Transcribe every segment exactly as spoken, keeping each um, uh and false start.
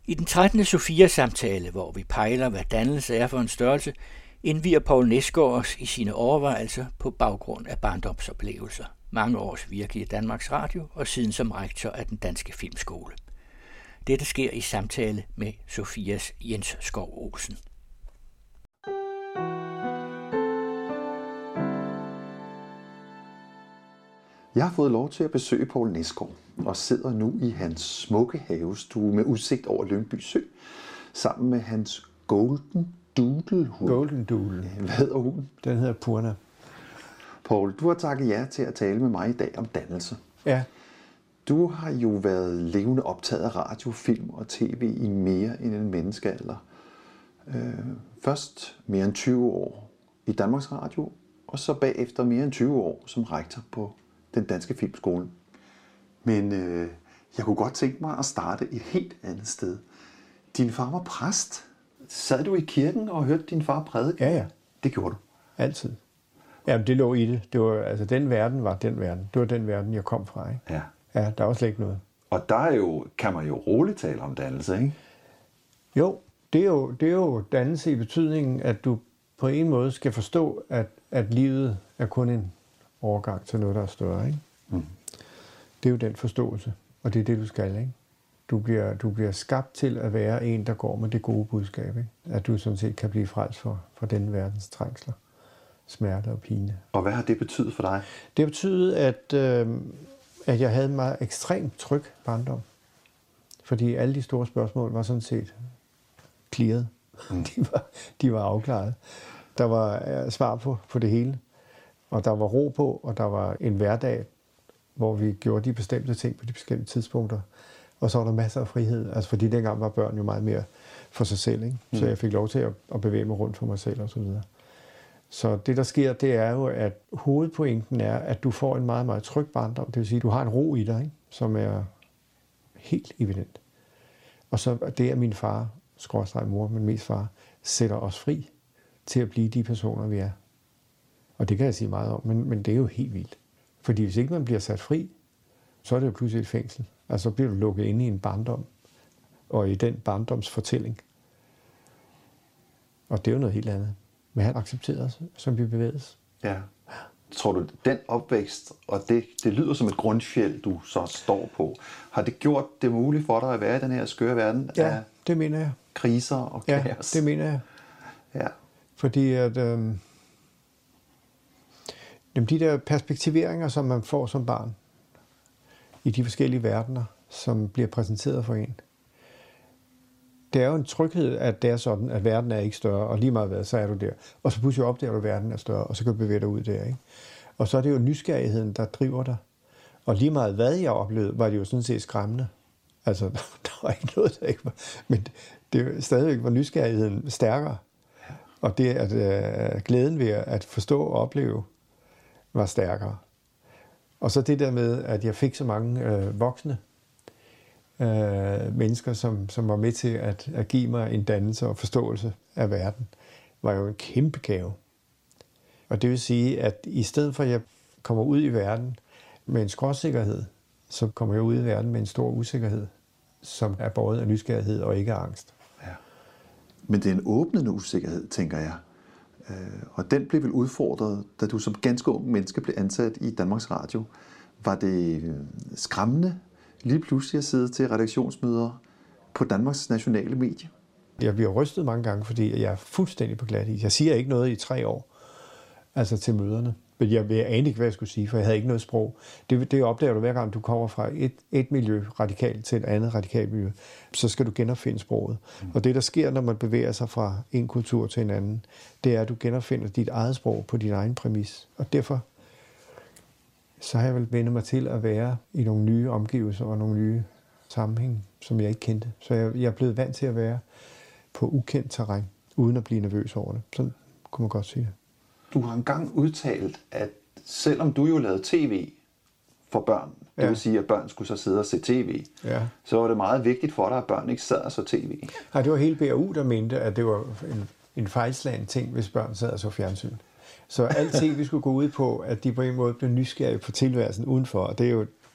I den trettende Sofia-samtale, hvor vi pejler, hvad dannelse er for en størrelse, indvier Poul Nesgaard os i sine overvejelser på baggrund af barndomsoplevelser. Mange års virke i Danmarks Radio og siden som rektor af den danske filmskole. Dette sker i samtale med Sofias Jens Schou Olsen. Jeg har fået lov til at besøge Poul Nesgaard og sidder nu i hans smukke havestue med udsigt over Lyngby Sø, sammen med hans Golden Doodle-hund. Golden Doodle. Hvad hedder hunden? Den hedder Purna. Poul, du har takket ja til at tale med mig i dag om dannelse. Ja. Du har jo været levende optaget af radio, film og tv i mere end en menneskealder. Øh, først mere end tyve år i Danmarks Radio, og så bagefter mere end tyve år som rektor på den danske filmskole. Men øh, jeg kunne godt tænke mig at starte et helt andet sted. Din far var præst. Sad du i kirken og hørte din far prædike? Ja, ja. Det gjorde du? Altid. Jamen, det lå i det. Det var, altså, den verden var den verden. Det var den verden, jeg kom fra, ikke? Ja. Ja, der var slet ikke noget. Og der er jo, kan man jo roligt tale om dannelse, ikke? Jo, det er jo, det er jo dannelse i betydningen, at du på en måde skal forstå, at, at livet er kun en overgang til noget, der er større, ikke? Mm. Det er jo den forståelse, og det er det, du skal, ikke? Du bliver, du bliver skabt til at være en, der går med det gode budskab, ikke? At du sådan set kan blive frelst for, for denne verdens trængsler, smerte og pine. Og hvad har det betydet for dig? Det har betydet, at, øh, at jeg havde en meget ekstremt tryg barndom. Fordi alle de store spørgsmål var sådan set clearet. Mm. De, var, de var afklaret. Der var svar på, på det hele. Og der var ro på, og der var en hverdag, hvor vi gjorde de bestemte ting på de bestemte tidspunkter. Og så var der masser af frihed. Altså fordi dengang var børn jo meget mere for sig selv, ikke? Mm. Så jeg fik lov til at, at bevæge mig rundt for mig selv og så videre. Så det, der sker, det er jo, at hovedpointen er, at du får en meget, meget tryg barndom. Det vil sige, at du har en ro i dig, ikke? Som er helt evident. Og så det er min far, skråstreg mor, men mest far, sætter os fri til at blive de personer, vi er. Og det kan jeg sige meget om, men, men det er jo helt vildt. Fordi hvis ikke man bliver sat fri, så er det jo pludselig et fængsel. Altså så bliver du lukket inde i en barndom, og i den barndomsfortælling. Og det er jo noget helt andet. Men han accepterer os, som vi bevæges. Ja. Tror du, den opvækst, og det, det lyder som et grundfjeld, du så står på, har det gjort det muligt for dig at være i den her skøre verden ja, af det mener jeg. kriser og kaos? Ja, det mener jeg. Ja. Fordi at øh, de der perspektiveringer, som man får som barn, i de forskellige verdener, som bliver præsenteret for en, det er jo en tryghed, at det er sådan, at verden er ikke større, og lige meget hvad, så er du der. Og så pludselig opdager du, at verden er større, og så kan du bevæge dig ud der, ikke? Og så er det jo nysgerrigheden, der driver dig. Og lige meget hvad jeg oplevede, var det jo sådan set skræmmende. Altså, der var ikke noget, der ikke var. Men det stadigvæk var nysgerrigheden stærkere. Og det, at øh, glæden ved at forstå og opleve, var stærkere. Og så det der med, at jeg fik så mange øh, voksne øh, mennesker, som, som var med til at, at give mig en dannelse og forståelse af verden, var jo en kæmpe gave. Og det vil sige, at i stedet for at jeg kommer ud i verden med en skråsikkerhed, så kommer jeg ud i verden med en stor usikkerhed, som er båret af nysgerrighed og ikke af angst. Ja. Men det er en åbnende usikkerhed, tænker jeg. Og den blev vel udfordret, da du som ganske ung menneske blev ansat i Danmarks Radio. Var det skræmmende lige pludselig at sidde til redaktionsmøder på Danmarks nationale medie? Jeg bliver rystet mange gange, fordi jeg er fuldstændig på glat is. Jeg siger ikke noget i tre år, altså til møderne. Men jeg, jeg anede ikke, hvad jeg skulle sige, for jeg havde ikke noget sprog. Det, det opdager du hver gang, du kommer fra et, et miljø radikalt til et andet radikalt miljø. Så skal du genopfinde sproget. Mm. Og det, der sker, når man bevæger sig fra en kultur til en anden, det er, at du genopfinder dit eget sprog på din egen præmis. Og derfor så har jeg vel vendt mig til at være i nogle nye omgivelser og nogle nye sammenhæng, som jeg ikke kendte. Så jeg, jeg er blevet vant til at være på ukendt terræn, uden at blive nervøs over det. Sådan kunne man godt sige det. Du har engang udtalt, at selvom du jo lavede tv for børn, det ja. vil sige, at børn skulle så sidde og se tv, ja. så var det meget vigtigt for dig, at børn ikke sad og så tv. Nej, det var hele B R U, der mente, at det var en, en fejlslagen ting, hvis børn sad og så fjernsyn. Så alt tv skulle gå ud på, at de på en måde blev nysgerrige på tilværelsen udenfor, og det er jo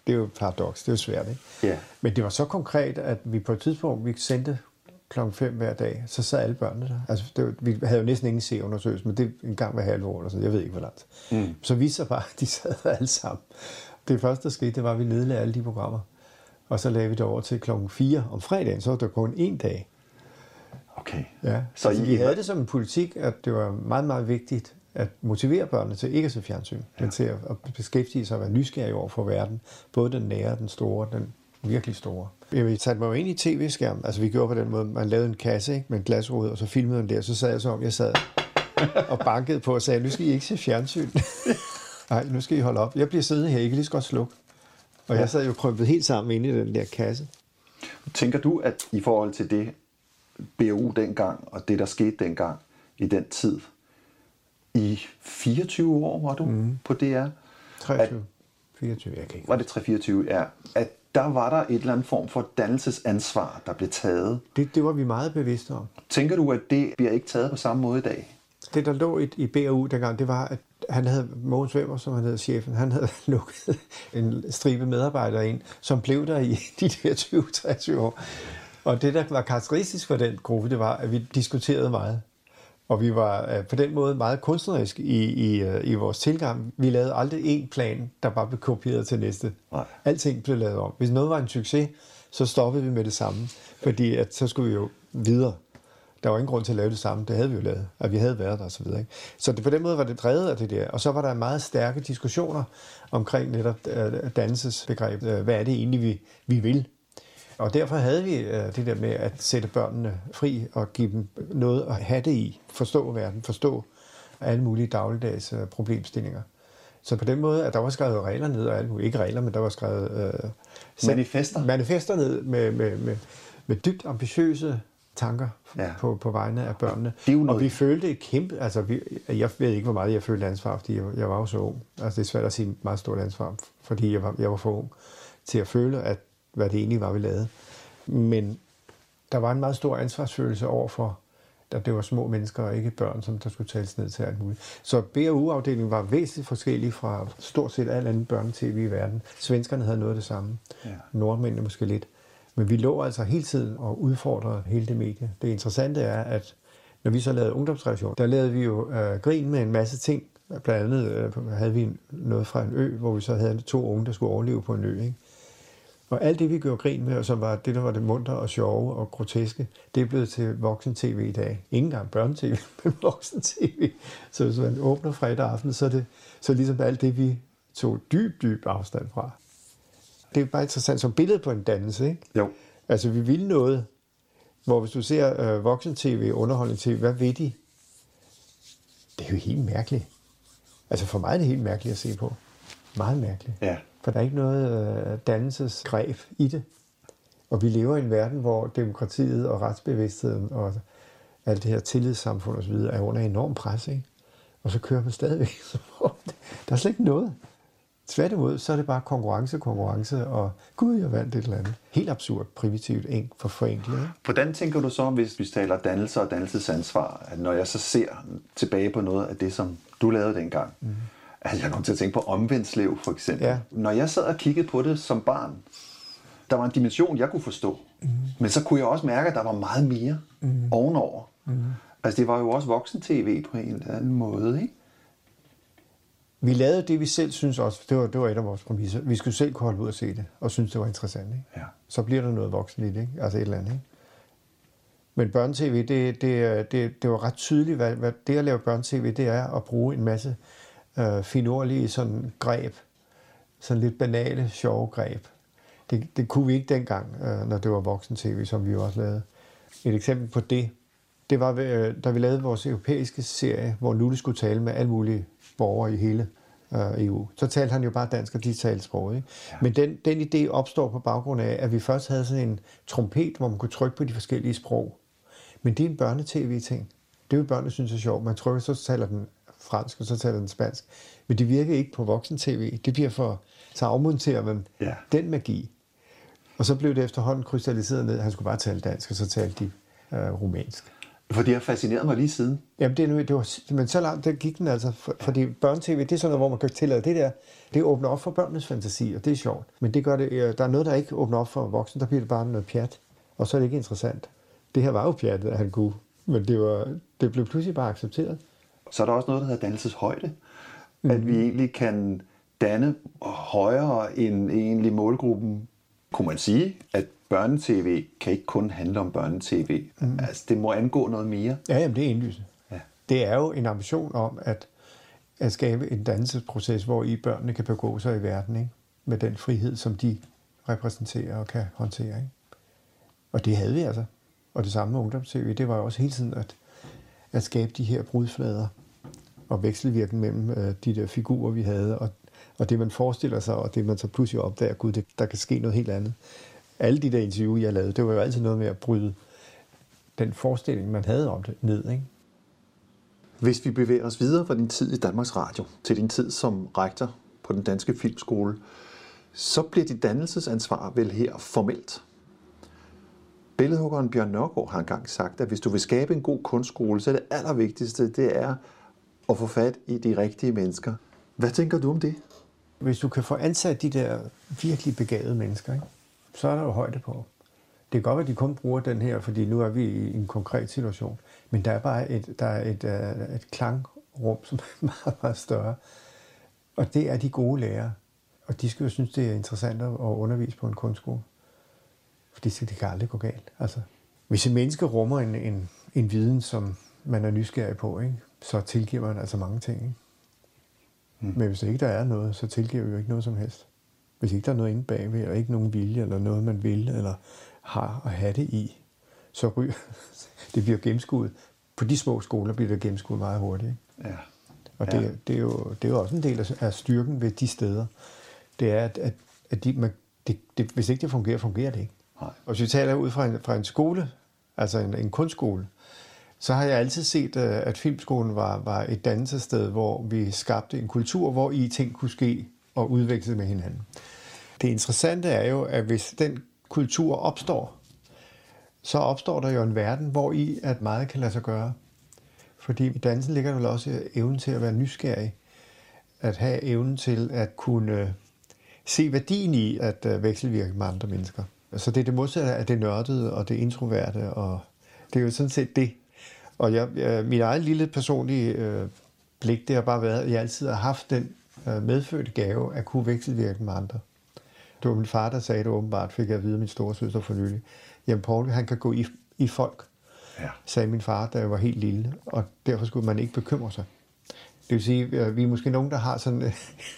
Det er jo et paradoks, det er jo svært, ikke? Ja. Men det var så konkret, at vi på et tidspunkt, vi sendte klokken fem hver dag, så sad alle børnene der. Altså, det var, vi havde jo næsten ingen seerundersøgelse, men det en gang hver halve år, eller så jeg ved ikke, hvor langt. Mm. Så viste sig bare, at de sad alle sammen. Det første, der skete, det var, at vi nedlagde alle de programmer. Og så lagde vi det over til klokken fire om fredagen, så var det kun en dag. Okay. Ja. Så altså, I... vi havde det som en politik, at det var meget, meget vigtigt at motivere børnene til ikke at se fjernsyn, ja. men til at beskæftige sig og være nysgerrige over for verden. Både den nære, den store, den virkelig store. Jeg satte mig jo ind i tv-skærmen. Altså vi gjorde på den måde, man lavede en kasse, ikke, med en glasrude, og så filmede man der. Så sad jeg så om, jeg sad og bankede på og sagde, nu skal I ikke se fjernsyn. Nej, nu skal I holde op. Jeg bliver siddende her, I kan lige så godt slukke. Og ja. jeg sad jo krympet helt sammen inde i den der kasse. Tænker du, at i forhold til det B O U dengang, og det der skete dengang i den tid, i fireogtyve år var du mm. på D R? treogtyve, fireogtyve, jeg kan ikke. Var det tre fireogtyve, ja. At der var der et eller andet form for dannelsesansvar, der blev taget. Det, det var vi meget bevidste om. Tænker du, at det bliver ikke taget på samme måde i dag? Det, der lå i, i B O U dengang, det var, at han havde, Mogens Wemmer, som han hed chefen, han havde lukket en stribe medarbejdere ind, som blev der i de der tyve til treogtyve år. Og det, der var karakteristisk for den gruppe, det var, at vi diskuterede meget. Og vi var på den måde meget kunstnerisk i, i, i vores tilgang. Vi lavede aldrig en plan, der bare blev kopieret til næste. Nej. Alting blev lavet om. Hvis noget var en succes, så stoppede vi med det samme. Fordi at, så skulle vi jo videre. Der var ingen grund til at lave det samme. Det havde vi jo lavet. At vi havde været der og så videre. Ikke? Så det, på den måde var det drevet af det der. Og så var der meget stærke diskussioner omkring netop uh, dannelsesbegreb. Uh, hvad er det egentlig, vi, vi vil? Og derfor havde vi uh, det der med at sætte børnene fri og give dem noget at have det i. Forstå verden, forstå alle mulige dagligdags uh, problemstillinger. Så på den måde, at der var skrevet regler ned, og alle mulige, ikke regler, men der var skrevet uh, manifester. manifester ned med, med, med, med dybt ambitiøse tanker ja. på, på vegne af børnene. Og vi følte et kæmpe, altså vi, jeg ved ikke, hvor meget jeg følte ansvar, fordi jeg, jeg var jo så ung. Altså det er svært at sige meget stort ansvar, fordi jeg var, jeg var for ung til at føle, at hvad det egentlig var, vi lavede. Men der var en meget stor ansvarsfølelse overfor, at det var små mennesker og ikke børn, som der skulle tales ned til alt muligt. Så B O U-afdelingen var væsentligt forskellig fra stort set al anden børnetv i verden. Svenskerne havde noget af det samme. Ja. Nordmændene måske lidt. Men vi lå altså hele tiden og udfordrede hele det medie. Det interessante er, at når vi så lavede ungdomsreaktion, der lavede vi jo øh, grin med en masse ting. Blandt andet øh, havde vi noget fra en ø, hvor vi så havde to unge, der skulle overleve på en ø. Ikke? Og alt det, vi gjorde grin med, og som var det, der var det muntre og sjove og groteske, det er blevet til voksen-tv i dag. Ingen gang børne-tv, men voksen-tv. Så hvis man åbner fredag aften, så er det så ligesom alt det, vi tog dyb, dyb afstand fra. Det er bare interessant som billede på en dannelse, ikke? Jo. Altså, vi ville noget, hvor hvis du ser øh, voksen-tv, underholdning-tv, hvad ved de? Det er jo helt mærkeligt. Altså, for mig er det helt mærkeligt at se på. Meget mærkeligt. Ja. For der er ikke noget øh, dannelsesgreb i det. Og vi lever i en verden, hvor demokratiet og retsbevidstheden og alt det her tillidssamfund og så videre er under enorm pres, ikke? Og så kører man stadigvæk. Der er slet ikke noget. Tværtimod, så er det bare konkurrence, konkurrence, og gud, jeg vandt et eller andet. Helt absurd, primitivt, en for forenklet. Ikke? Hvordan tænker du så, hvis vi taler dannelse og dannelsesansvar, at når jeg så ser tilbage på noget af det, som du lavede dengang, mm. altså jeg kommer til at tænke på Omvendslev for eksempel. Ja. Når jeg sad og kiggede på det som barn, der var en dimension, jeg kunne forstå, mm. men så kunne jeg også mærke, at der var meget mere mm. ovenover. Mm. Altså det var jo også voksen-tv på en eller anden måde, ikke? Vi lavede det, vi selv synes også, det var, det var et af vores præmisser. Vi skulle selv kunne holde ud og se det, og synes, det var interessant. Ikke? Ja. Så bliver der noget voksen i det, ikke? Altså et eller andet. Ikke? Men børne-tv, det, det, det, det var ret tydeligt, hvad, hvad det at lave børne-tv, det er at bruge en masse øh, finurlige sådan greb, sådan lidt banale, sjove greb. Det, det kunne vi ikke dengang, øh, når det var voksen-tv, som vi jo også lavede. Et eksempel på det, det var, øh, da vi lavede vores europæiske serie, hvor Nutte skulle tale med alle mulige borgere i hele øh, E U. Så talte han jo bare dansk, og de talte sprog. Ikke? Ja. Men den, den idé opstår på baggrund af, at vi først havde sådan en trompet, hvor man kunne trykke på de forskellige sprog. Men det er en børnetv-ting. Det er jo børnene synes er sjovt. Man trykker, så taler den fransk, og så taler den spansk. Men det virker ikke på voksen-tv. Det bliver for, så afmonterer man ja. den magi. Og så blev det efterhånden krystalliseret ned. Han skulle bare tale dansk, og så talte de øh, rumænsk. For det har fascineret mig lige siden. Jamen, det, er nu, det var, men så langt der gik den altså, for, fordi børne-tv, det er sådan noget, hvor man kan tillade det der, det åbner op for børnenes fantasi, og det er sjovt. Men det gør det, der er noget, der ikke åbner op for voksne, der bliver det bare noget pjat, og så er det ikke interessant. Det her var jo pjattet, at han kunne, men det, var, det blev pludselig bare accepteret. Så er der også noget, der hedder dannelseshøjde. Mm. At vi egentlig kan danne højere end egentlig målgruppen, kunne man sige, at børnetv kan ikke kun handle om børnetv. Mm. Altså, det må angå noget mere. Ja, jamen, det er indlysende. Ja. Det er jo en ambition om at, at skabe en dannelsesproces, hvor i børnene kan begå sig i verden, ikke? Med den frihed, som de repræsenterer og kan håndtere. Ikke? Og det havde vi altså. Og det samme med ungdomstv, det var jo også hele tiden at, at skabe de her brudflader og vekselvirken mellem øh, de der figurer, vi havde, og, og det, man forestiller sig, og det, man så pludselig opdager, gud, det, der kan ske noget helt andet. Alle de der interviews, jeg lavede, det var jo altid noget med at bryde den forestilling, man havde om det, ned. Ikke? Hvis vi bevæger os videre fra din tid i Danmarks Radio til din tid som rektor på den danske filmskole, så bliver dit dannelsesansvar vel her formelt. Billedhuggeren Bjørn Nørgaard har engang sagt, at hvis du vil skabe en god kunstskole, så er det allervigtigste, det er at få fat i de rigtige mennesker. Hvad tænker du om det? Hvis du kan få ansat de der virkelig begavede mennesker, ikke? Så er der jo højde på. Det kan godt være, at de kun bruger den her, fordi nu er vi i en konkret situation. Men der er bare et, der er et, et, et klangrum, som er meget, meget større. Og det er de gode lærere. Og de skal jo synes, det er interessant at undervise på en kunstskole. Fordi det kan aldrig gå galt. Altså, hvis et menneske rummer en, en, en viden, som man er nysgerrig på, ikke? Så tilgiver man altså mange ting. Ikke? Mm. Men hvis der ikke der er noget, så tilgiver vi jo ikke noget som helst. Hvis ikke der er noget inde bagved, eller ikke nogen vilje, eller noget man vil, eller har at have det i, så ryger det bliver gennemskuet. På de små skoler bliver det gennemskuet meget hurtigt. Ikke? Ja. Og ja. det, det, er jo, det er jo også en del af styrken ved de steder. Det er, at, at, at de, man, det, det, hvis ikke det fungerer, fungerer det ikke. Nej. Og hvis vi taler ud fra en, fra en skole, altså en, en kunstskole, så har jeg altid set, at filmskolen var, var et dannelsessted, hvor vi skabte en kultur, hvor i ting kunne ske og udveksle med hinanden. Det interessante er jo, at hvis den kultur opstår, så opstår der jo en verden, hvor i at meget kan lade sig gøre. Fordi i dansen ligger der vel også evnen til at være nysgerrig, at have evnen til at kunne se værdien i at vekselvirke med andre mennesker. Så det er det modsatte af det nørdede og det introverte, og det er jo sådan set det. Og jeg, min egen lille personlige øh, blik, det har bare været, at jeg altid har haft den øh, medfødte gave at kunne vekselvirke med andre. Det var min far, der sagde det åbenbart, fik jeg at vide af min storesøster for nylig. Jamen Poul, han kan gå i, i folk, ja. Sagde min far, da jeg var helt lille, og derfor skulle man ikke bekymre sig. Det vil sige, at vi er måske nogen, der har sådan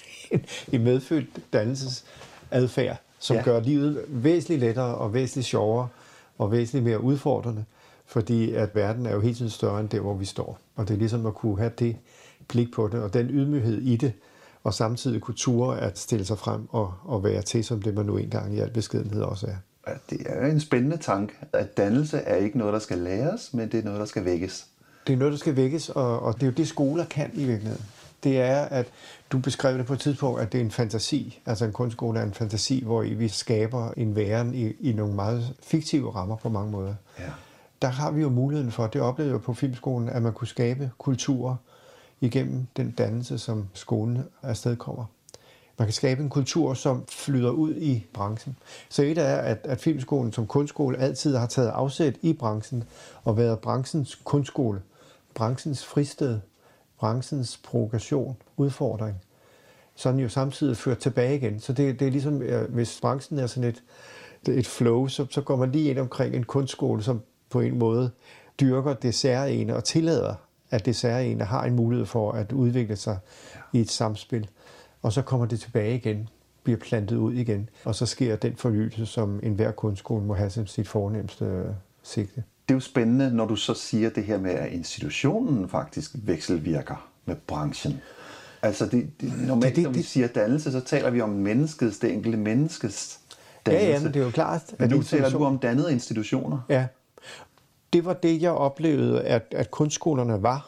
en medfødt dannelsesadfærd, som ja. Gør livet væsentligt lettere og væsentligt sjovere og væsentligt mere udfordrende, fordi at verden er jo helt tiden større end der, hvor vi står. Og det er ligesom at kunne have det blik på det, og den ydmyghed i det, og samtidig kunne ture at stille sig frem og, og være til, som det man nu engang i al beskedenhed også er. Det er en spændende tanke, at dannelse er ikke noget, der skal læres, men det er noget, der skal vækkes. Det er noget, der skal vækkes, og, og det er jo det, skoler kan i virkeligheden. Det er, at du beskrev det på et tidspunkt, at det er en fantasi. Altså en kunstskole er en fantasi, hvor vi skaber en væren i, i nogle meget fiktive rammer på mange måder. Ja. Der har vi jo muligheden for, det oplevede jeg på filmskolen, at man kunne skabe kulturer igennem den dannelse, som skolen afstedkommer. Man kan skabe en kultur, som flyder ud i branchen. Så et er, at, at filmskolen som kunstskole altid har taget afsæt i branchen og været branchens kunstskole, branchens fristed, branchens provokation, udfordring. Sådan jo samtidig ført tilbage igen. Så det, det er ligesom, hvis branchen er sådan et, et flow, så, så går man lige ind omkring en kunstskole, som på en måde dyrker det særlige og tillader, at det særlige har en mulighed for at udvikle sig i et samspil. Og så kommer det tilbage igen, bliver plantet ud igen, og så sker den fornyelse, som enhver kunstskole må have som sit fornemmeste sigte. Det er jo spændende, når du så siger det her med, at institutionen faktisk vekselvirker med branchen. Altså det, det, normalt, det, det, når vi siger dannelse, så taler vi om menneskets, det enkelte menneskets dannelse. Ja, ja, men det er jo klart. Men nu taler du om dannede institutioner. Ja, det var det, jeg oplevede, at, at kunstskolerne var,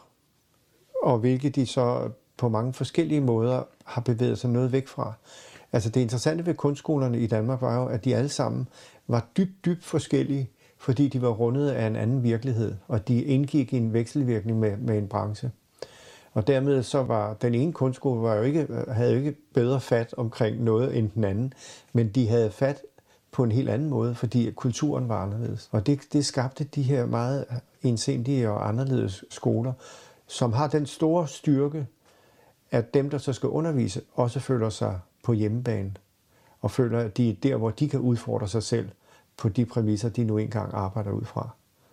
og hvilket de så på mange forskellige måder har bevæget sig noget væk fra. Altså det interessante ved kunstskolerne i Danmark var jo, at de alle sammen var dybt, dybt forskellige, fordi de var rundet af en anden virkelighed, og de indgik i en vekselvirkning med, med en branche. Og dermed så var den ene kunstskole var jo ikke, havde jo ikke bedre fat omkring noget end den anden, men de havde fat på en helt anden måde, fordi kulturen var anderledes. Og det, det skabte de her meget ensindige og anderledes skoler, som har den store styrke, at dem, der så skal undervise, også føler sig på hjemmebane, og føler, at de er der, hvor de kan udfordre sig selv på de præmisser, de nu engang arbejder ud fra.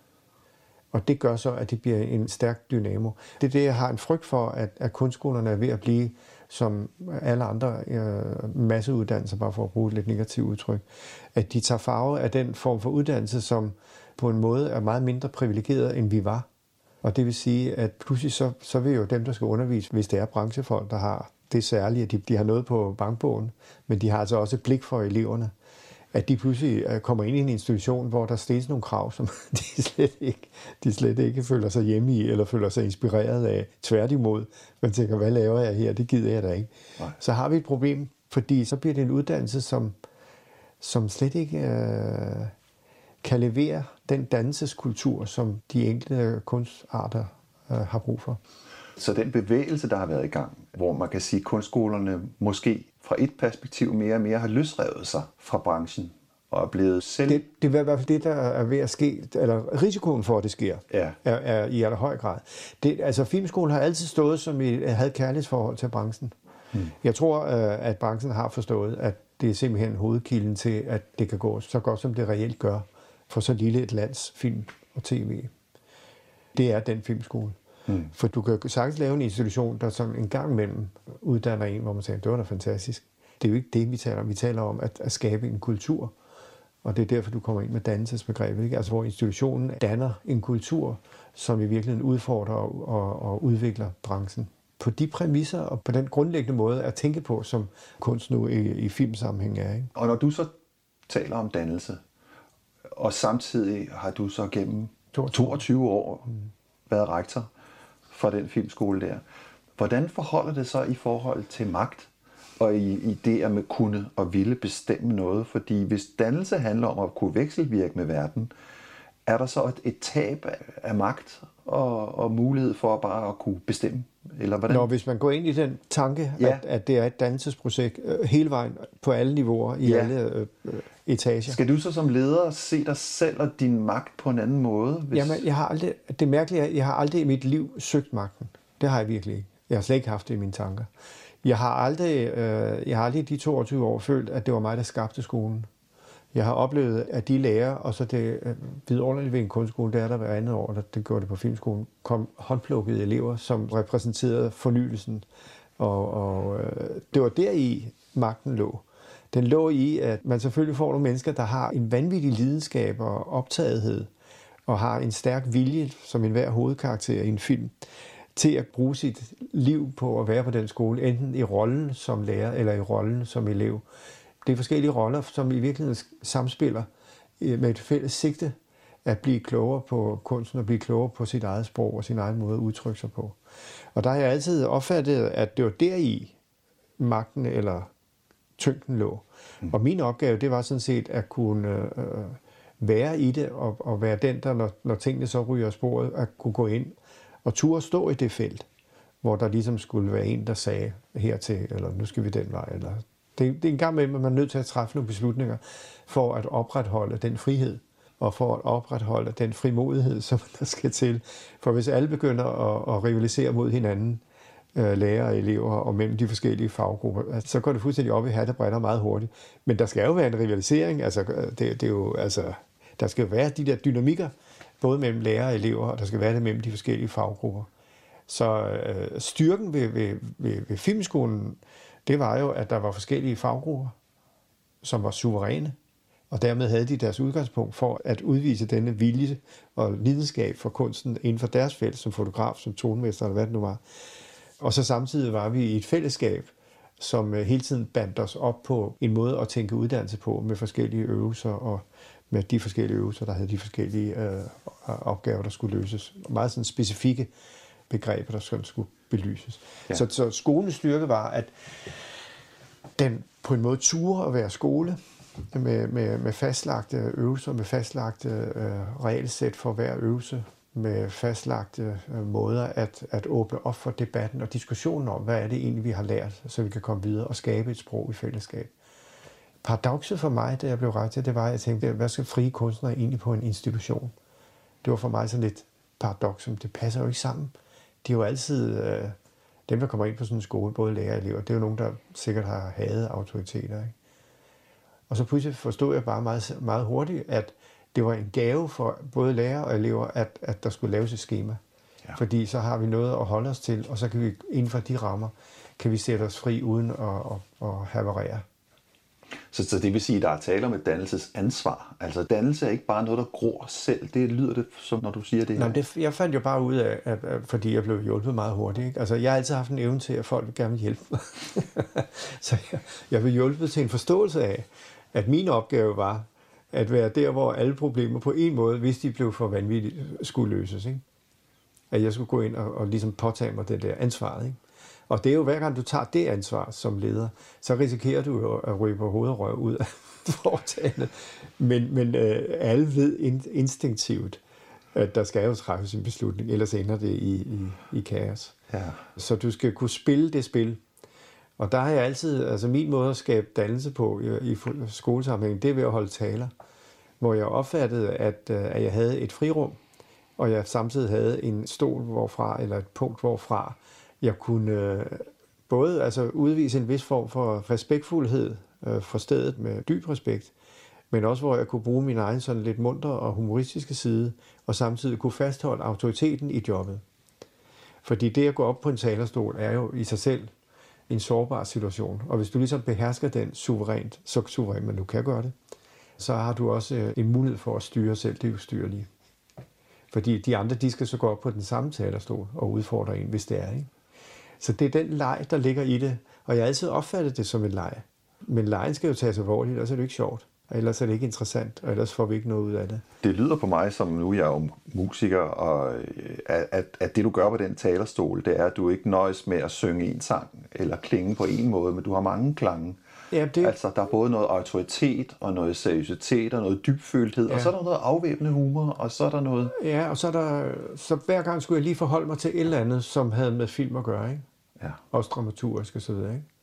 Og det gør så, at det bliver en stærk dynamo. Det er det, jeg har en frygt for, at, at kunstskolerne er ved at blive, som alle andre øh, masseuddannelser, bare for at bruge et lidt negativt udtryk, at de tager farve af den form for uddannelse, som på en måde er meget mindre privilegeret, end vi var. Og det vil sige, at pludselig så, så vil jo dem, der skal undervise, hvis det er branchefolk, der har det særlige, at de, de har noget på bankbogen, men de har altså også et blik for eleverne, at de pludselig kommer ind i en institution, hvor der stilles nogle krav, som de slet ikke, de slet ikke føler sig hjemme i, eller føler sig inspireret af. Tværtimod, man tænker, hvad laver jeg her? Det gider jeg da ikke. Nej. Så har vi et problem, fordi så bliver det en uddannelse, som, som slet ikke øh, kan levere den dannelseskultur, som de enkelte kunstarter øh, har brug for. Så den bevægelse, der har været i gang, hvor man kan sige, at kunstskolerne måske fra et perspektiv mere og mere har løsrevet sig fra branchen og er blevet selv... Det, det er i hvert fald det, der er ved at ske, eller risikoen for, at det sker, ja. er, er i allerhøj grad. Det, altså Filmskolen har altid stået som et, havde et kærlighedsforhold til branchen. Hmm. Jeg tror, at branchen har forstået, at det er simpelthen hovedkilden til, at det kan gå så godt, som det reelt gør for så lille et lands film og tv. Det er den filmskole. Mm. For du kan sagtens lave en institution, der sådan en gang imellem uddanner en, hvor man siger, det var da fantastisk. Det er jo ikke det, vi taler om. Vi taler om at, at skabe en kultur, og det er derfor, du kommer ind med dannelsesbegrebet. Ikke? Altså hvor institutionen danner en kultur, som i virkeligheden udfordrer og, og, og udvikler branchen. På de præmisser og på den grundlæggende måde at tænke på, som kunst nu i, i filmsammenhæng er. Ikke? Og når du så taler om dannelse, og samtidig har du så gennem toogtyve år mm. været rektor for den filmskole der. Hvordan forholder det sig i forhold til magt og i, i det at man kunne og ville bestemme noget? Fordi hvis dannelse handler om at kunne vekselvirke med verden, er der så et, et tab af, af magt og, og mulighed for bare at kunne bestemme? Eller hvordan? Når hvis man går ind i den tanke, ja. at, at det er et dannelsesprojekt øh, hele vejen på alle niveauer, i ja. alle øh, etager. Skal du så som leder se dig selv og din magt på en anden måde? Hvis... Jamen, jeg har aldrig, det mærkelige er, jeg har aldrig i mit liv søgt magten. Det har jeg virkelig ikke. Jeg har slet ikke haft det i mine tanker. Jeg har aldrig, øh, jeg har aldrig de toogtyve år følt, at det var mig, der skabte skolen. Jeg har oplevet, at de lærere, og så det øh, vidunderligt ved en kunstskole, der er der hver andet år, der det gjorde det på filmskolen, kom håndplukkede elever, som repræsenterede fornyelsen. Og, og øh, det var deri, magten lå. Den lå i, at man selvfølgelig får nogle mennesker, der har en vanvittig lidenskab og optagethed, og har en stærk vilje, som enhver hovedkarakter i en film, til at bruge sit liv på at være på den skole, enten i rollen som lærer eller i rollen som elev. Det er forskellige roller, som i virkeligheden samspiller med et fælles sigte at blive klogere på kunsten og blive klogere på sit eget sprog og sin egen måde at udtrykke sig på. Og der har jeg altid opfattet, at det var deri magten eller tyngden lå. Mm. Og min opgave, det var sådan set at kunne øh, være i det og, og være den, der når, når tingene så ryger af sporet, at kunne gå ind og turde stå i det felt, hvor der ligesom skulle være en, der sagde hertil, eller nu skal vi den vej, eller det, det er en gang med, at man er nødt til at træffe nogle beslutninger for at opretholde den frihed, og for at opretholde den frimodighed, som der skal til. For hvis alle begynder at, at rivalisere mod hinanden, øh, lærere og elever, og mellem de forskellige faggrupper, så går det fuldstændig op i hat og brænder meget hurtigt. Men der skal jo være en rivalisering, altså, det, det er jo, altså, der skal jo være de der dynamikker, både mellem lærere og elever, og der skal være det mellem de forskellige faggrupper. Så øh, styrken ved, ved, ved, ved filmskolen, det var jo, at der var forskellige faggrupper, som var suveræne, og dermed havde de deres udgangspunkt for at udvise denne vilje og lidenskab for kunsten inden for deres felt, som fotograf, som tonemester, eller hvad det nu var. Og så samtidig var vi i et fællesskab, som hele tiden bandt os op på en måde at tænke uddannelse på, med forskellige øvelser, og med de forskellige øvelser, der havde de forskellige øh, opgaver, der skulle løses. Meget sådan specifikke begreber, der sådan skulle belyses. Ja. Så, så skolens styrke var, at den på en måde turde at være skole, med, med, med fastlagte øvelser, med fastlagte øh, regelsæt for hver øvelse, med fastlagte øh, måder at, at åbne op for debatten og diskussionen om, hvad er det egentlig, vi har lært, så vi kan komme videre og skabe et sprog i fællesskab. Paradokset for mig, da jeg blev rektor, det var, at jeg tænkte, hvad skal frie kunstnere egentlig på en institution? Det var for mig sådan lidt paradoks, som det passer jo ikke sammen. De er jo altid, øh, dem der kommer ind på sådan en skole, både lærere og elever, det er jo nogen, der sikkert har hadet autoriteter, ikke? Og så pludselig forstod jeg bare meget, meget hurtigt, at det var en gave for både lærere og elever, at, at der skulle laves et schema. Ja. Fordi så har vi noget at holde os til, og så kan vi inden for de rammer, kan vi sætte os fri uden at, at, at haverere. Så, så det vil sige, at der er tale om et dannelsesansvar. Altså dannelse er ikke bare noget, der gror selv. Det lyder det som, når du siger det her. Nå, det, jeg fandt jo bare ud af, at, at, fordi jeg blev hjulpet meget hurtigt. Ikke? Altså, jeg har altid haft en evne til, at folk vil gerne vil hjælpe mig. Så jeg, jeg blev hjulpet til en forståelse af, at min opgave var at være der, hvor alle problemer på en måde, hvis de blev for vanvittigt, skulle løses. Ikke? At jeg skulle gå ind og, og ligesom påtage mig det der ansvar. Ikke? Og det er jo, hver gang du tager det ansvar som leder, så risikerer du jo at ryge på hoved og røv ud af foretagendet. Men, men øh, alle ved instinktivt, at der skal jo træffes en beslutning, ellers ender det i, i, i kaos. Ja. Så du skal kunne spille det spil. Og der har jeg altid, altså min måde at skabe dannelse på i, i skolesammenhæng, det er ved at holde taler, hvor jeg opfattede, at, at jeg havde et frirum, og jeg samtidig havde en stol hvorfra, eller et punkt hvorfra, jeg kunne øh, både altså, udvise en vis form for respektfuldhed øh, for stedet med dyb respekt, men også hvor jeg kunne bruge min egen sådan lidt muntre og humoristiske side, og samtidig kunne fastholde autoriteten i jobbet. Fordi det at gå op på en talerstol er jo i sig selv en sårbar situation, og hvis du ligesom behersker den suverænt, så suverænt man nu kan gøre det, så har du også øh, en mulighed for at styre selv det ustyrlige. Fordi de andre, de skal så gå op på den samme talerstol og udfordre en, hvis det er, ikke? Så det er den leg, der ligger i det, og jeg har altid opfattet det som en leg. Men lejen skal jo tages alvorligt, ellers er det ikke sjovt, og ellers er det ikke interessant, og ellers får vi ikke noget ud af det. Det lyder på mig, som nu jeg er jo musiker, og at, at det du gør på den talerstol, det er, at du ikke nøjes med at synge en sang, eller klinge på en måde, men du har mange klange. Ja, det... Altså, der er både noget autoritet, og noget seriøsitet, og noget dybfølthed, ja. Og så er der noget afvæbnende humor, og så er der noget... Ja, og så er der... Så hver gang skulle jeg lige forholde mig til et eller andet, som havde med film at gøre, ikke? Ja. Også dramaturgisk og så videre, ikke?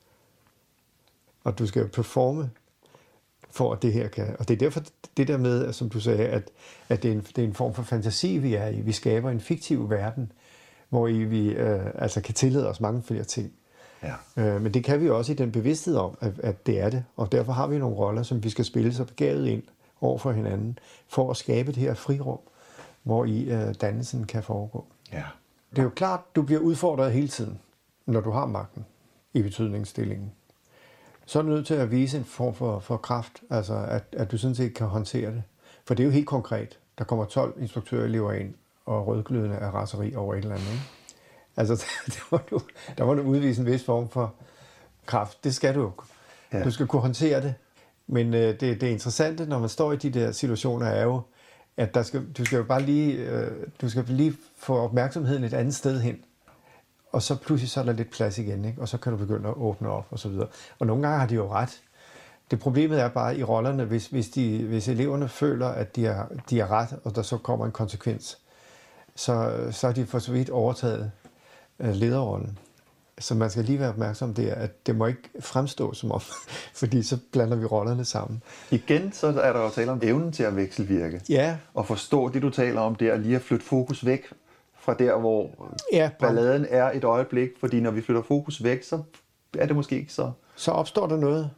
Og du skal jo performe, for at det her kan... Og det er derfor det der med, som du sagde, at, at det, er en, det er en form for fantasi, vi er i. Vi skaber en fiktiv verden, hvor i vi øh, altså kan tillade os mange flere ting. Ja. Øh, men det kan vi også i den bevidsthed om, at, at det er det. Og derfor har vi nogle roller, som vi skal spille så begavet ind over for hinanden, for at skabe det her frirum, hvor i øh, dannelsen kan foregå. Ja. Det er jo klart, du bliver udfordret hele tiden, når du har magten i betydningsstillingen. Så er du nødt til at vise en form for, for kraft, altså at, at du sådan set kan håndtere det. For det er jo helt konkret. Der kommer tolv instruktørelever ind, og rødglødende af raseri over et eller andet, ikke? Altså, der må, du, der må du udvise en vis form for kraft. Det skal du jo. Ja. Du skal kunne håndtere det. Men øh, det, det interessante, når man står i de der situationer, er jo, at der skal, du skal jo bare lige, øh, du skal lige få opmærksomheden et andet sted hen. Og så pludselig så er der lidt plads igen, ikke? Og så kan du begynde at åbne op og så videre. Og nogle gange har de jo ret. Det problemet er bare i rollerne, hvis, hvis, de, hvis eleverne føler, at de har, de har ret, og der så kommer en konsekvens, så, så er de for så vidt overtaget lederrollen. Så man skal lige være opmærksom der, at det må ikke fremstå som om, fordi så blander vi rollerne sammen. Igen, så er der jo tale om evnen til at vekselvirke. Ja. Og forstå det, du taler om der, lige at flytte fokus væk fra der, hvor ja, balladen er et øjeblik, fordi når vi flytter fokus væk, så er det måske ikke så... Så opstår der noget,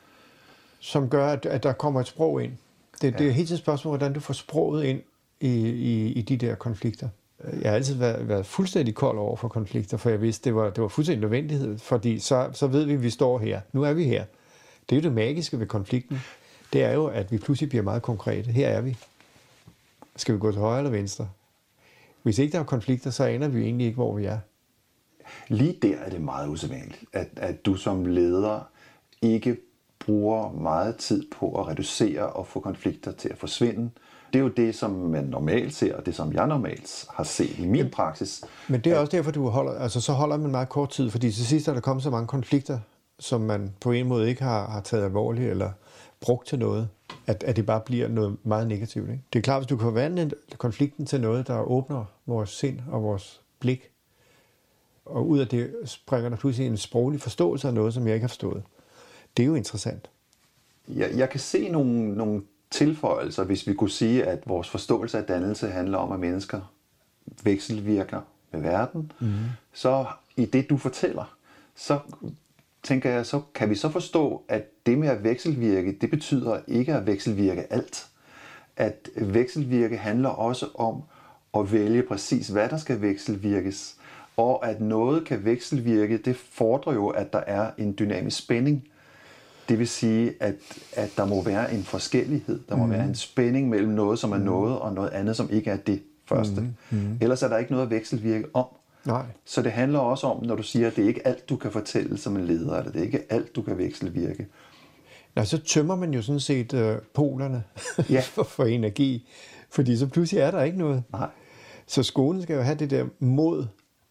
som gør, at, at der kommer et sprog ind. Det, ja. Det er helt et spørgsmål, hvordan du får sproget ind i, i, i de der konflikter. Jeg har altid været, været fuldstændig kold over for konflikter, for jeg vidste, det var, det var fuldstændig nødvendighed, fordi så, så ved vi, at vi står her. Nu er vi her. Det er jo det magiske ved konflikten. Det er jo, at vi pludselig bliver meget konkrete. Her er vi. Skal vi gå til højre eller venstre? Hvis ikke der er konflikter, så aner vi egentlig ikke, hvor vi er. Lige der er det meget usædvanligt, at, at du som leder ikke bruger meget tid på at reducere og få konflikter til at forsvinde. Det er jo det, som man normalt ser, og det, som jeg normalt har set i min praksis. Men det er også derfor, du holder, altså så holder man meget kort tid, fordi til sidst er der kommet så mange konflikter, som man på en måde ikke har, har taget alvorligt, eller brugt til noget, at, at det bare bliver noget meget negativt. Ikke? Det er klart, hvis du kan forvandle konflikten til noget, der åbner vores sind og vores blik, og ud af det springer der pludselig en sproglig forståelse af noget, som jeg ikke har forstået. Det er jo interessant. Jeg, jeg kan se nogle, nogle tilføjelser, hvis vi kunne sige, at vores forståelse af dannelse handler om, at mennesker vekselvirker med verden. Mm. Så i det, du fortæller, så tænker jeg, så kan vi så forstå, at det med at vekselvirke, det betyder ikke at vekselvirke alt. At vekselvirke handler også om at vælge præcis, hvad der skal vekselvirkes. Og at noget kan vekselvirke, det fordrer jo, at der er en dynamisk spænding. Det vil sige, at, at der må være en forskellighed. Der må mm. være en spænding mellem noget, som er noget, og noget andet, som ikke er det første. Mm. Mm. Ellers er der ikke noget at vekselvirke om. Nej. Så det handler også om, når du siger, at det er ikke alt, du kan fortælle som en leder, eller det er ikke alt, du kan vekselvirke. Nej, så tømmer man jo sådan set øh, polerne ja. for, for energi, fordi så pludselig er der ikke noget. Nej. Så skolen skal jo have det der mod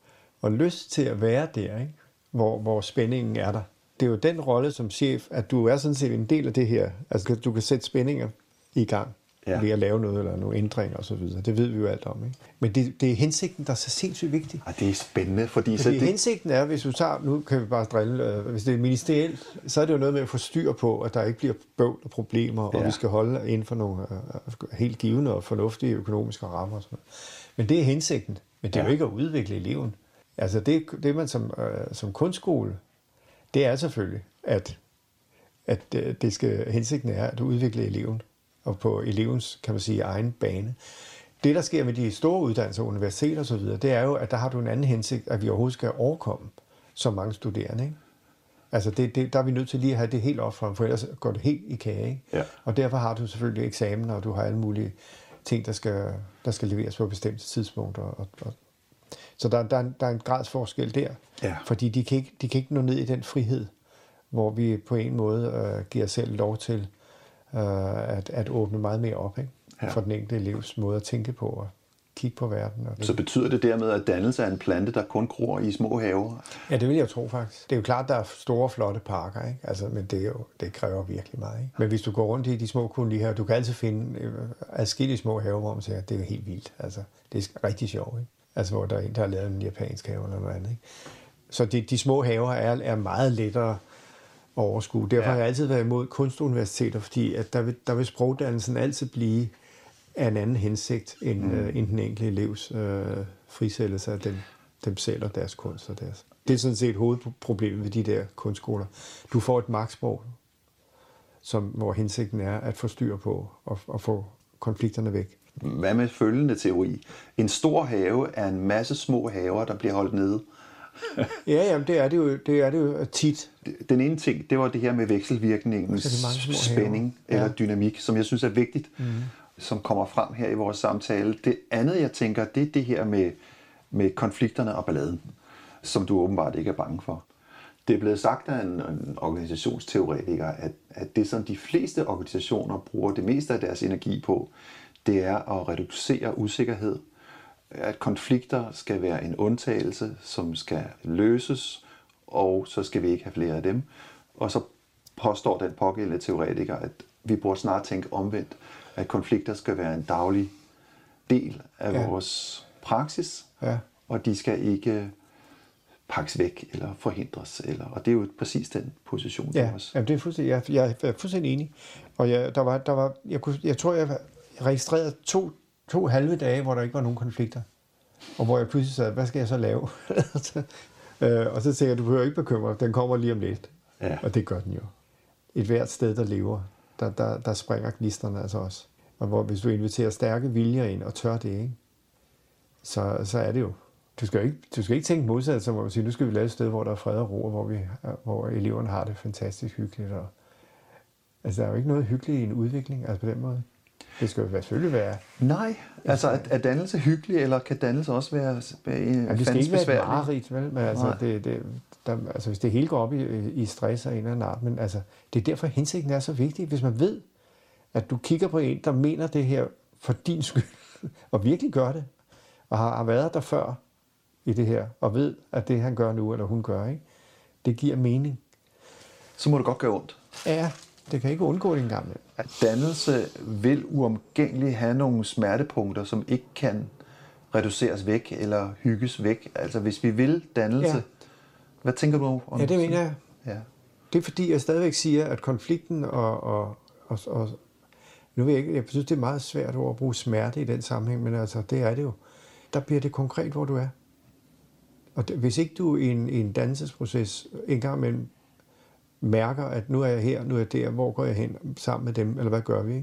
og lyst til at være der, ikke? Hvor, hvor spændingen er der. Det er jo den rolle som chef, at du er sådan set en del af det her. Altså, du kan sætte spændinger i gang ja. ved at lave noget, eller nogle ændringer osv. Det ved vi jo alt om, ikke? Men det, det er hensigten, der er så sindssygt vigtig. Ja, det er spændende, fordi... fordi så det... hensigten er, hvis du tager... Nu kan vi bare drille... Øh, hvis det er ministerielt, så er det jo noget med at få styr på, at der ikke bliver bøvl og problemer, ja. og vi skal holde inden for nogle øh, helt givende og fornuftige økonomiske rammer og sådan noget. Men det er hensigten. Men det er ja. jo ikke at udvikle eleven. Altså, det, det man som, øh, som kunstskole... Det er selvfølgelig, at, at det skal, hensigten er at udvikle eleven, og på elevens, kan man sige, egen bane. Det, der sker med de store uddannelser, universiteter osv., det er jo, at der har du en anden hensigt, at vi overhovedet skal overkomme så mange studerende. Ikke? Altså, det, det, der er vi nødt til lige at have det helt op frem, for ellers går det helt i kage. Ikke? Ja. Og derfor har du selvfølgelig eksamener, og du har alle mulige ting, der skal, der skal leveres på bestemte tidspunkter. Og, og, så der, der, der er en gradsforskel der, ja. fordi de kan, ikke, de kan ikke nå ned i den frihed, hvor vi på en måde øh, giver os selv lov til øh, at, at åbne meget mere op, ikke? Ja. For den enkelte elevs måde at tænke på og kigge på verden. Og så betyder det dermed, at dannelse er en plante, der kun gror i små haver? Ja, det vil jeg tro faktisk. Det er jo klart, at der er store, flotte parker, ikke? Altså, men det, er jo, det kræver virkelig meget. Ikke? Men hvis du går rundt i de små kolonihaver, du kan altid finde øh, adskillige små haver, hvor man siger, at det er jo helt vildt. Altså, det er rigtig sjovt, ikke? Altså, hvor der er en, der har lavet en japansk have eller noget andet. Ikke? Så de, de små haver er, er meget lettere at overskue. Derfor ja. har jeg altid været imod kunstuniversiteter, fordi at der, vil, der vil sprogdannelsen altid blive af en anden hensigt end, mm. øh, end den enkelte elevs øh, frisættelse af dem, dem selv og deres kunst. Og deres. Det er sådan set hovedproblemet ved de der kunstskoler. Du får et magtsprog, som, hvor hensigten er at få styr på og, og få konflikterne væk. Hvad med følgende teori? En stor have er en masse små haver, der bliver holdt nede. ja, jamen, det er det jo, det er det jo tit. Den ene ting, det var det her med vekselvirkningens spænding ja. eller dynamik, som jeg synes er vigtigt, mm. som kommer frem her i vores samtale. Det andet, jeg tænker, det er det her med, med konflikterne og balladen, som du åbenbart ikke er bange for. Det er blevet sagt af en, en organisationsteoretiker, at, at det, som de fleste organisationer bruger det meste af deres energi på, det er at reducere usikkerhed, at konflikter skal være en undtagelse, som skal løses, og så skal vi ikke have flere af dem. Og så påstår den pågældende teoretiker, at vi burde snart tænke omvendt, at konflikter skal være en daglig del af ja. vores praksis, ja. og de skal ikke pakkes væk eller forhindres. Eller, og det er jo præcis den position. Ja, også. Jamen, det er fuldstændig, jeg, jeg er fuldstændig enig. Og jeg, der var, der var, jeg, kunne, jeg tror, jeg registrerede to, to halve dage, hvor der ikke var nogen konflikter. Og hvor jeg pludselig sagde, hvad skal jeg så lave? og så tænker jeg, du behøver ikke bekymre, den kommer lige om lidt. Ja. Og det gør den jo. Et hvert sted, der lever, der, der, der springer gnisterne altså også. Og hvor, hvis du inviterer stærke viljer ind og tør det, ikke? Så, så er det jo. Du skal ikke, du skal ikke tænke modsat, som man siger, nu skal vi lave et sted, hvor der er fred og ro, og hvor, vi, hvor eleverne har det fantastisk hyggeligt. Og, altså, der er jo ikke noget hyggeligt i en udvikling, altså på den måde. Det skal jo selvfølgelig være... Nej, altså er, er dannelse hyggelig, eller kan dannelse også være besværlig? Ja, det skal ikke være et mareridt, vel? Men altså, det, det, der, altså, hvis det hele går op i, i stress og en eller anden art, men altså, det er derfor, hensigten er så vigtig. Hvis man ved, at du kigger på en, der mener det her for din skyld, og virkelig gør det, og har, har været der før i det her, og ved, at det han gør nu, eller hun gør, ikke? Det giver mening. Så må det godt gøre ondt. Ja, Det kan ikke undgå det engang. At dannelse vil uomgængeligt have nogle smertepunkter, som ikke kan reduceres væk eller hygges væk. Altså hvis vi vil dannelse, ja. Hvad tænker du om? Ja, det mener jeg. Ja. Det er fordi, jeg stadigvæk siger, at konflikten og... og, og, og nu ved jeg ikke, jeg synes, det er meget svært at bruge smerte i den sammenhæng, men altså, det er det jo. Der bliver det konkret, hvor du er. Og det, hvis ikke du i en, i en dannelsesproces en gang imellem mærker, at nu er jeg her, nu er jeg der, hvor går jeg hen sammen med dem, eller hvad gør vi? Ikke?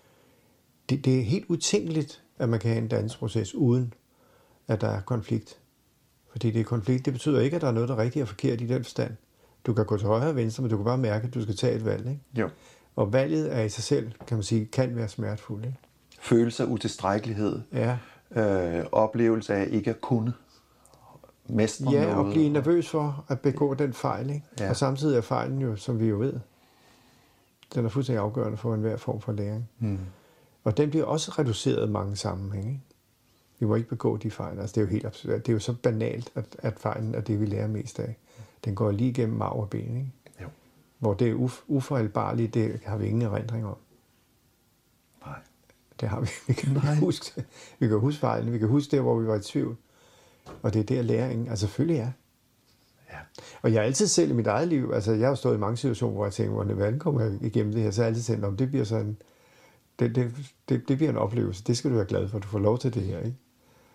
Det, det er helt utænkeligt, at man kan have en dannelsesproces, uden at der er konflikt. Fordi det er konflikt, det betyder ikke, at der er noget, der er rigtigt og forkert i den forstand. Du kan gå til højre og venstre, men du kan bare mærke, at du skal tage et valg. Ikke? Jo. Og valget er i sig selv, kan man sige, kan være smertefuldt. Ikke? Følelse af utilstrækkelighed. Ja. Øh, oplevelse af ikke at kunne mestre ja, noget. Ja, og blive nervøs for at begå den fejl. Ikke? Ja. Og samtidig er fejlen jo, som vi jo ved, den er fuldstændig afgørende for enhver form for læring. Hmm. Og den bliver også reduceret i mange sammenhænge. Ikke? Vi må ikke begå de fejl. Altså, det er jo helt absurd. Det er jo så banalt, at, at fejlen er det, vi lærer mest af. Den går lige gennem marv og ben. Ikke? Jo. Hvor det er uf- uforholdbarligt, det har vi ingen erindring om. Nej. Det har vi. Vi kan huske, vi kan huske fejlen. Vi kan huske det, hvor vi var i tvivl. Og det er der læringen. Altså selvfølgelig er. Ja. Og jeg har altid selv i mit eget liv, altså jeg har stået i mange situationer, hvor jeg tænker, hvordan kommer jeg igennem det her? Så har jeg altid tænkt, om det bliver sådan, det, det, det, det bliver en oplevelse. Det skal du være glad for, at du får lov til det her, ikke?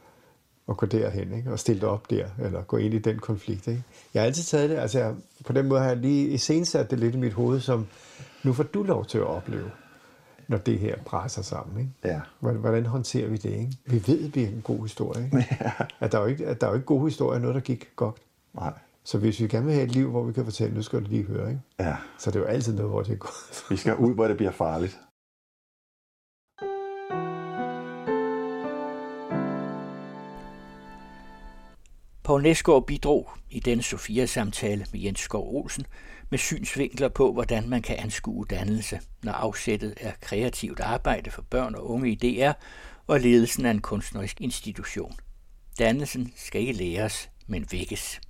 Og gå derhen, ikke? Og stille dig op der, eller gå ind i den konflikt, ikke? Jeg har altid taget det, altså jeg, på den måde har jeg lige iscenesat det lidt i mit hoved, som nu får du lov til at opleve, når det her presser sammen, ikke? Ja. Hvordan håndterer vi det, ikke? Vi ved, at det er en god historie, ikke? Ja. At der er jo ikke, at der er jo ikke gode historier, noget der gik godt. Nej. Så hvis vi gerne vil have et liv, hvor vi kan fortælle, nu skal du lige høre, ikke? Ja. Så det er jo altid noget, hvor det er godt. Vi skal ud, hvor det bliver farligt. Poul Nesgaard bidrog i denne Sofia-samtale med Jens Schou Olsen med synsvinkler på, hvordan man kan anskue dannelse, når afsættet er kreativt arbejde for børn og unge i D R og ledelsen af en kunstnerisk institution. Dannelsen skal ikke læres, men vækkes.